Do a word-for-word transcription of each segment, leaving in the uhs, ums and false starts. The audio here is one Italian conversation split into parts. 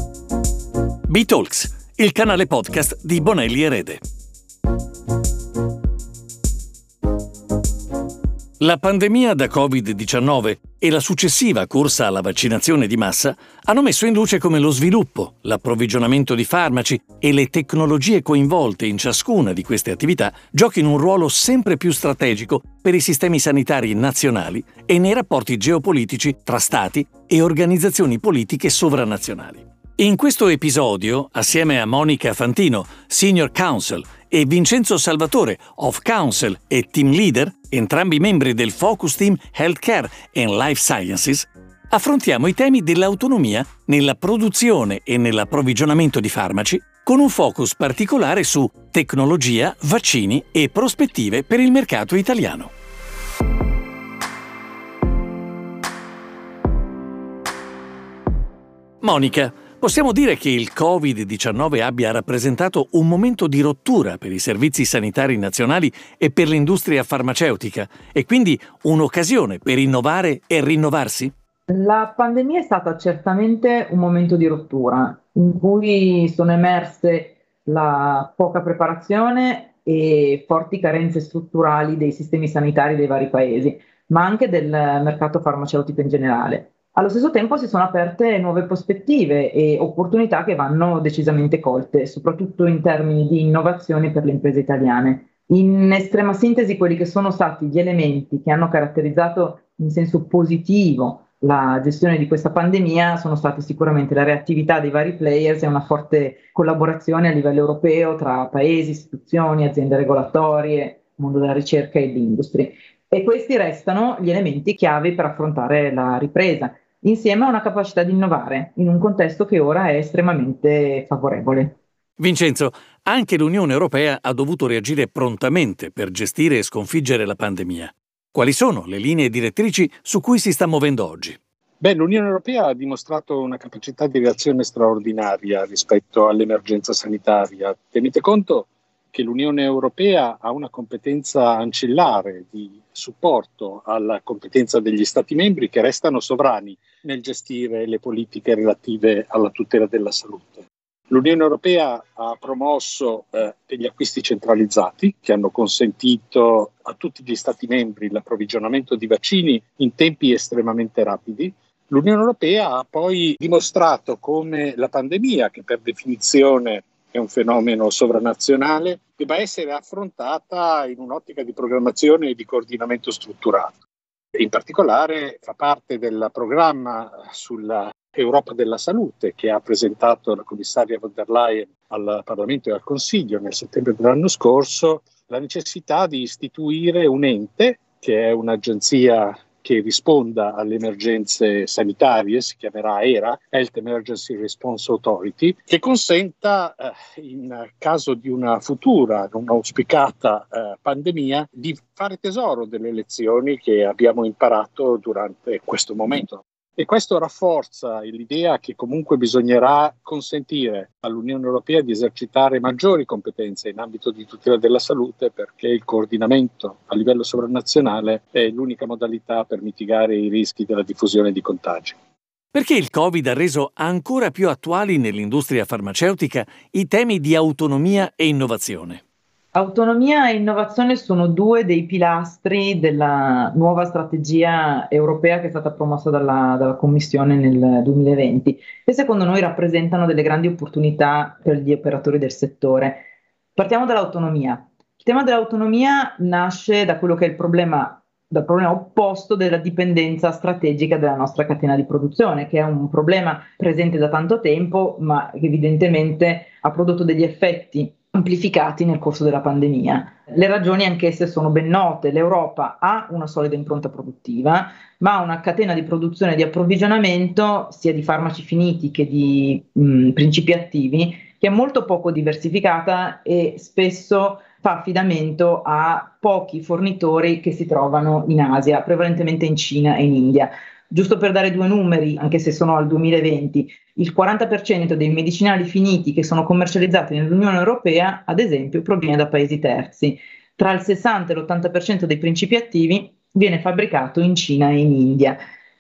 B-Talks, il canale podcast di Bonelli Erede. La pandemia da covid diciannove e la successiva corsa alla vaccinazione di massa hanno messo in luce come lo sviluppo, l'approvvigionamento di farmaci e le tecnologie coinvolte in ciascuna di queste attività giochino un ruolo sempre più strategico per i sistemi sanitari nazionali e nei rapporti geopolitici tra stati e organizzazioni politiche sovranazionali. In questo episodio, assieme a Monica Fantino, Senior Counsel, e Vincenzo Salvatore, of Counsel e Team Leader, entrambi membri del Focus Team Healthcare and Life Sciences, affrontiamo i temi dell'autonomia nella produzione e nell'approvvigionamento di farmaci, con un focus particolare su tecnologia, vaccini e prospettive per il mercato italiano. Monica, possiamo dire che il covid diciannove abbia rappresentato un momento di rottura per i servizi sanitari nazionali e per l'industria farmaceutica e quindi un'occasione per innovare e rinnovarsi? La pandemia è stata certamente un momento di rottura in cui sono emerse la poca preparazione e forti carenze strutturali dei sistemi sanitari dei vari paesi, ma anche del mercato farmaceutico in generale. Allo stesso tempo si sono aperte nuove prospettive e opportunità che vanno decisamente colte, soprattutto in termini di innovazione per le imprese italiane. In estrema sintesi, quelli che sono stati gli elementi che hanno caratterizzato in senso positivo la gestione di questa pandemia sono stati sicuramente la reattività dei vari players e una forte collaborazione a livello europeo tra paesi, istituzioni, aziende regolatorie, mondo della ricerca e l'industria. E questi restano gli elementi chiave per affrontare la ripresa, insieme a una capacità di innovare in un contesto che ora è estremamente favorevole. Vincenzo, anche l'Unione Europea ha dovuto reagire prontamente per gestire e sconfiggere la pandemia. Quali sono le linee direttrici su cui si sta muovendo oggi? Beh, l'Unione Europea ha dimostrato una capacità di reazione straordinaria rispetto all'emergenza sanitaria. Tenete conto che l'Unione Europea ha una competenza ancillare di supporto alla competenza degli Stati membri che restano sovrani nel gestire le politiche relative alla tutela della salute. L'Unione Europea ha promosso eh, degli acquisti centralizzati che hanno consentito a tutti gli Stati membri l'approvvigionamento di vaccini in tempi estremamente rapidi. L'Unione Europea ha poi dimostrato come la pandemia, che per definizione è un fenomeno sovranazionale, debba essere affrontata in un'ottica di programmazione e di coordinamento strutturato. In particolare fa parte del programma sulla Europa della Salute che ha presentato la commissaria von der Leyen al Parlamento e al Consiglio nel settembre dell'anno scorso la necessità di istituire un ente che è un'agenzia che risponda alle emergenze sanitarie, si chiamerà ERA, Health Emergency Response Authority, che consenta, eh, in caso di una futura, non auspicata eh, pandemia, di fare tesoro delle lezioni che abbiamo imparato durante questo momento. E questo rafforza l'idea che comunque bisognerà consentire all'Unione Europea di esercitare maggiori competenze in ambito di tutela della salute, perché il coordinamento a livello sovranazionale è l'unica modalità per mitigare i rischi della diffusione di contagi. Perché il Covid ha reso ancora più attuali nell'industria farmaceutica i temi di autonomia e innovazione? Autonomia e innovazione sono due dei pilastri della nuova strategia europea che è stata promossa dalla, dalla Commissione nel duemilaventi e secondo noi rappresentano delle grandi opportunità per gli operatori del settore. Partiamo dall'autonomia. Il tema dell'autonomia nasce da quello che è il problema, dal problema opposto della dipendenza strategica della nostra catena di produzione, che è un problema presente da tanto tempo, ma che evidentemente ha prodotto degli effetti amplificati nel corso della pandemia. Le ragioni anch'esse sono ben note. L'Europa ha una solida impronta produttiva, ma ha una catena di produzione e di approvvigionamento sia di farmaci finiti che di mh, principi attivi che è molto poco diversificata e spesso fa affidamento a pochi fornitori che si trovano in Asia, prevalentemente in Cina e in India. Giusto per dare due numeri, anche se sono al duemilaventi, il quaranta per cento dei medicinali finiti che sono commercializzati nell'Unione Europea, ad esempio, proviene da paesi terzi. Tra il sessanta e l'ottanta per cento dei principi attivi viene fabbricato in Cina e in India.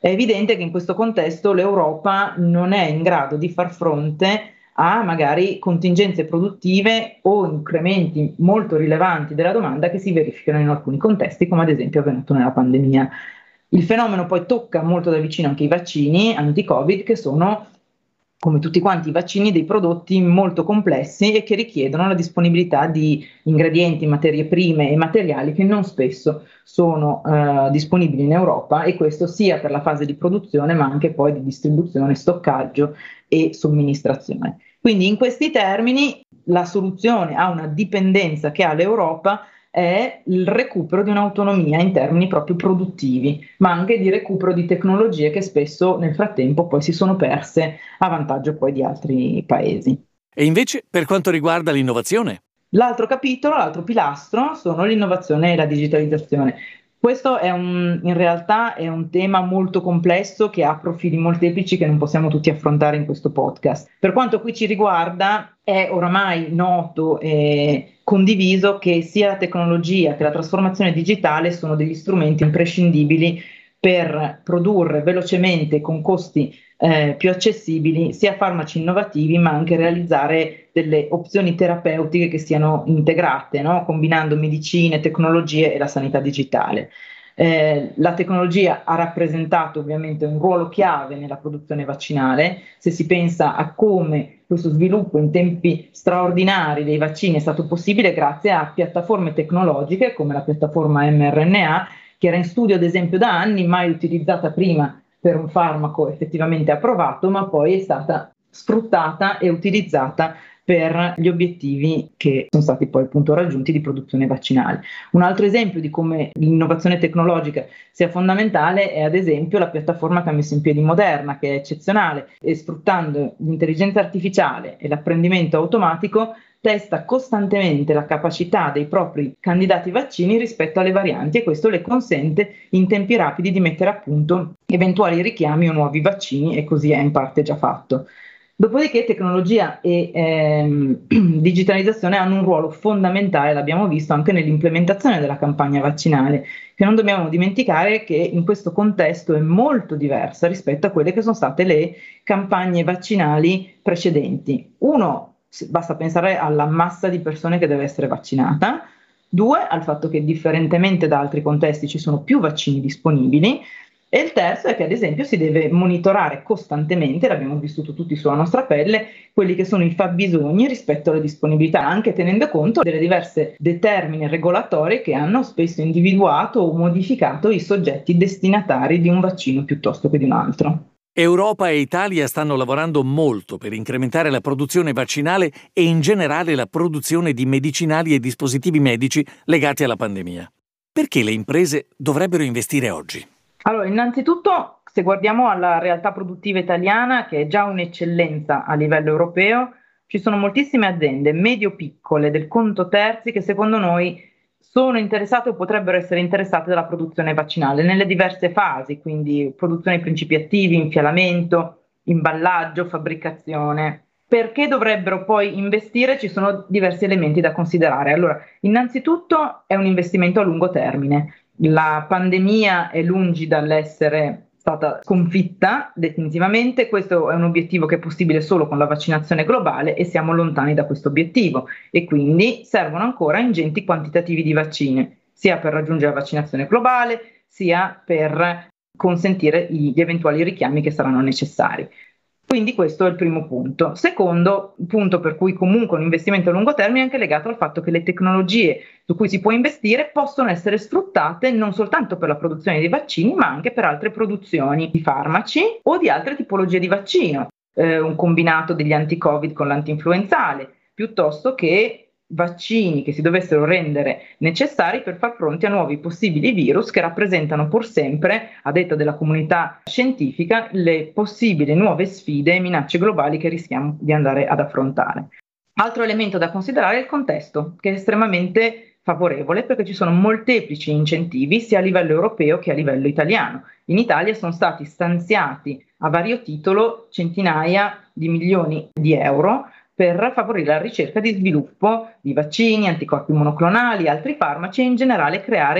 È evidente che in questo contesto l'Europa non è in grado di far fronte a magari contingenze produttive o incrementi molto rilevanti della domanda che si verificano in alcuni contesti, come ad esempio è avvenuto nella pandemia. Il fenomeno poi tocca molto da vicino anche i vaccini anti-Covid, che sono, come tutti quanti i vaccini, dei prodotti molto complessi e che richiedono la disponibilità di ingredienti, materie prime e materiali che non spesso sono eh, disponibili in Europa, e questo sia per la fase di produzione ma anche poi di distribuzione, stoccaggio e somministrazione. Quindi in questi termini la soluzione a una dipendenza che ha l'Europa è il recupero di un'autonomia in termini proprio produttivi, ma anche di recupero di tecnologie che spesso nel frattempo poi si sono perse a vantaggio poi di altri paesi. E invece per quanto riguarda l'innovazione? L'altro capitolo, l'altro pilastro sono l'innovazione e la digitalizzazione. Questo è un, in realtà è un tema molto complesso che ha profili molteplici che non possiamo tutti affrontare in questo podcast. Per quanto qui ci riguarda, è oramai noto e condiviso che sia la tecnologia che la trasformazione digitale sono degli strumenti imprescindibili per produrre velocemente con costi eh, più accessibili sia farmaci innovativi, ma anche realizzare delle opzioni terapeutiche che siano integrate, no? Combinando medicine, tecnologie e la sanità digitale. Eh, la tecnologia ha rappresentato ovviamente un ruolo chiave nella produzione vaccinale. Se si pensa a come questo sviluppo in tempi straordinari dei vaccini è stato possibile grazie a piattaforme tecnologiche come la piattaforma mRNA, che era in studio ad esempio da anni, mai utilizzata prima per un farmaco effettivamente approvato, ma poi è stata sfruttata e utilizzata per gli obiettivi che sono stati poi appunto raggiunti di produzione vaccinale. Un altro esempio di come l'innovazione tecnologica sia fondamentale è ad esempio la piattaforma che ha messo in piedi Moderna, che è eccezionale, e sfruttando l'intelligenza artificiale e l'apprendimento automatico testa costantemente la capacità dei propri candidati vaccini rispetto alle varianti, e questo le consente in tempi rapidi di mettere a punto eventuali richiami o nuovi vaccini, e così è in parte già fatto. Dopodiché tecnologia e ehm, digitalizzazione hanno un ruolo fondamentale, l'abbiamo visto anche nell'implementazione della campagna vaccinale, che non dobbiamo dimenticare che in questo contesto è molto diversa rispetto a quelle che sono state le campagne vaccinali precedenti. Uno, basta pensare alla massa di persone che deve essere vaccinata. Due, al fatto che differentemente da altri contesti ci sono più vaccini disponibili. E il terzo è che ad esempio si deve monitorare costantemente, l'abbiamo vissuto tutti sulla nostra pelle, quelli che sono i fabbisogni rispetto alla disponibilità, anche tenendo conto delle diverse determine regolatorie che hanno spesso individuato o modificato i soggetti destinatari di un vaccino piuttosto che di un altro. Europa e Italia stanno lavorando molto per incrementare la produzione vaccinale e in generale la produzione di medicinali e dispositivi medici legati alla pandemia. Perché le imprese dovrebbero investire oggi? Allora, innanzitutto, se guardiamo alla realtà produttiva italiana, che è già un'eccellenza a livello europeo, ci sono moltissime aziende medio-piccole del conto terzi che secondo noi sono interessate o potrebbero essere interessate dalla produzione vaccinale nelle diverse fasi, quindi produzione di principi attivi, infialamento, imballaggio, fabbricazione. Perché dovrebbero poi investire? Ci sono diversi elementi da considerare. Allora, innanzitutto è un investimento a lungo termine. La pandemia è lungi dall'essere stata sconfitta definitivamente, questo è un obiettivo che è possibile solo con la vaccinazione globale e siamo lontani da questo obiettivo, e quindi servono ancora ingenti quantitativi di vaccini, sia per raggiungere la vaccinazione globale, sia per consentire gli eventuali richiami che saranno necessari. Quindi questo è il primo punto. Secondo punto per cui comunque un investimento a lungo termine è anche legato al fatto che le tecnologie su cui si può investire possono essere sfruttate non soltanto per la produzione di vaccini, ma anche per altre produzioni di farmaci o di altre tipologie di vaccino, eh, un combinato degli anti-Covid con l'antinfluenzale, piuttosto che vaccini che si dovessero rendere necessari per far fronte a nuovi possibili virus che rappresentano pur sempre, a detta della comunità scientifica, le possibili nuove sfide e minacce globali che rischiamo di andare ad affrontare. Altro elemento da considerare è il contesto, che è estremamente favorevole perché ci sono molteplici incentivi sia a livello europeo che a livello italiano. In Italia sono stati stanziati a vario titolo centinaia di milioni di euro per favorire la ricerca di sviluppo di vaccini, anticorpi monoclonali, altri farmaci e in generale creare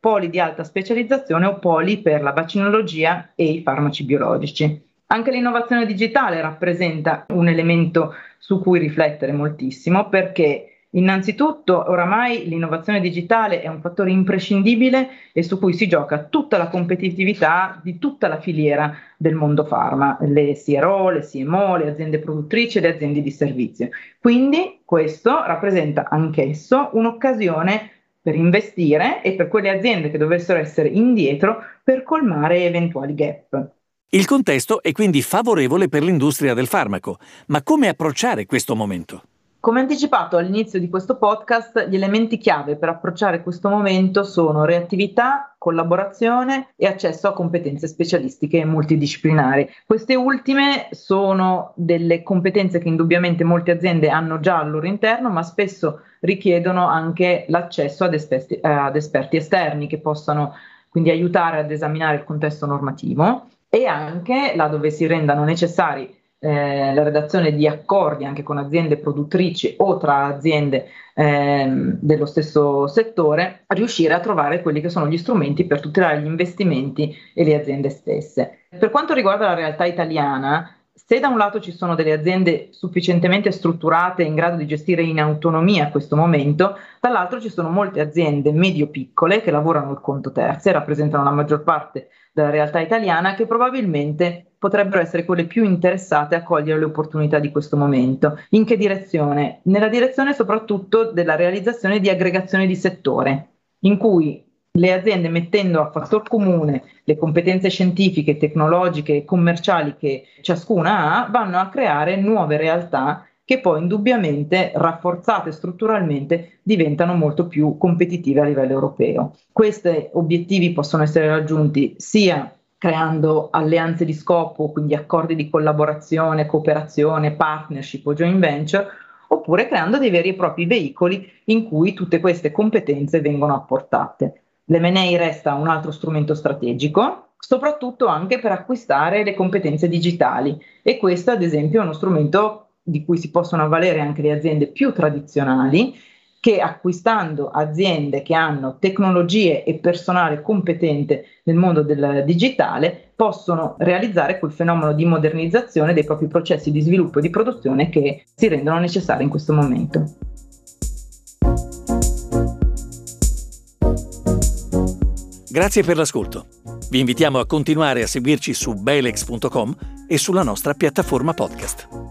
poli di alta specializzazione o poli per la vaccinologia e i farmaci biologici. Anche l'innovazione digitale rappresenta un elemento su cui riflettere moltissimo, perché innanzitutto oramai l'innovazione digitale è un fattore imprescindibile e su cui si gioca tutta la competitività di tutta la filiera del mondo farma, le C R O, le C M O, le aziende produttrici e le aziende di servizio. Quindi questo rappresenta anch'esso un'occasione per investire e per quelle aziende che dovessero essere indietro per colmare eventuali gap. Il contesto è quindi favorevole per l'industria del farmaco, ma come approcciare questo momento? Come anticipato all'inizio di questo podcast, gli elementi chiave per approcciare questo momento sono reattività, collaborazione e accesso a competenze specialistiche e multidisciplinari. Queste ultime sono delle competenze che indubbiamente molte aziende hanno già al loro interno, ma spesso richiedono anche l'accesso ad esperti, ad esperti esterni che possano quindi aiutare ad esaminare il contesto normativo e anche là dove si rendano necessari Eh, la redazione di accordi anche con aziende produttrici o tra aziende ehm, dello stesso settore, a riuscire a trovare quelli che sono gli strumenti per tutelare gli investimenti e le aziende stesse. Per quanto riguarda la realtà italiana, se da un lato ci sono delle aziende sufficientemente strutturate e in grado di gestire in autonomia questo momento, dall'altro ci sono molte aziende medio-piccole che lavorano il conto terzi e rappresentano la maggior parte della realtà italiana, che probabilmente potrebbero essere quelle più interessate a cogliere le opportunità di questo momento. In che direzione? Nella direzione soprattutto della realizzazione di aggregazione di settore, in cui le aziende, mettendo a fattor comune le competenze scientifiche, tecnologiche e commerciali che ciascuna ha, vanno a creare nuove realtà che poi indubbiamente, rafforzate strutturalmente, diventano molto più competitive a livello europeo. Questi obiettivi possono essere raggiunti sia creando alleanze di scopo, quindi accordi di collaborazione, cooperazione, partnership o joint venture, oppure creando dei veri e propri veicoli in cui tutte queste competenze vengono apportate. L'M and A resta un altro strumento strategico, soprattutto anche per acquistare le competenze digitali, e questo ad esempio è uno strumento di cui si possono avvalere anche le aziende più tradizionali, che acquistando aziende che hanno tecnologie e personale competente nel mondo del digitale possono realizzare quel fenomeno di modernizzazione dei propri processi di sviluppo e di produzione che si rendono necessari in questo momento. Grazie per l'ascolto. Vi invitiamo a continuare a seguirci su belex punto com e sulla nostra piattaforma podcast.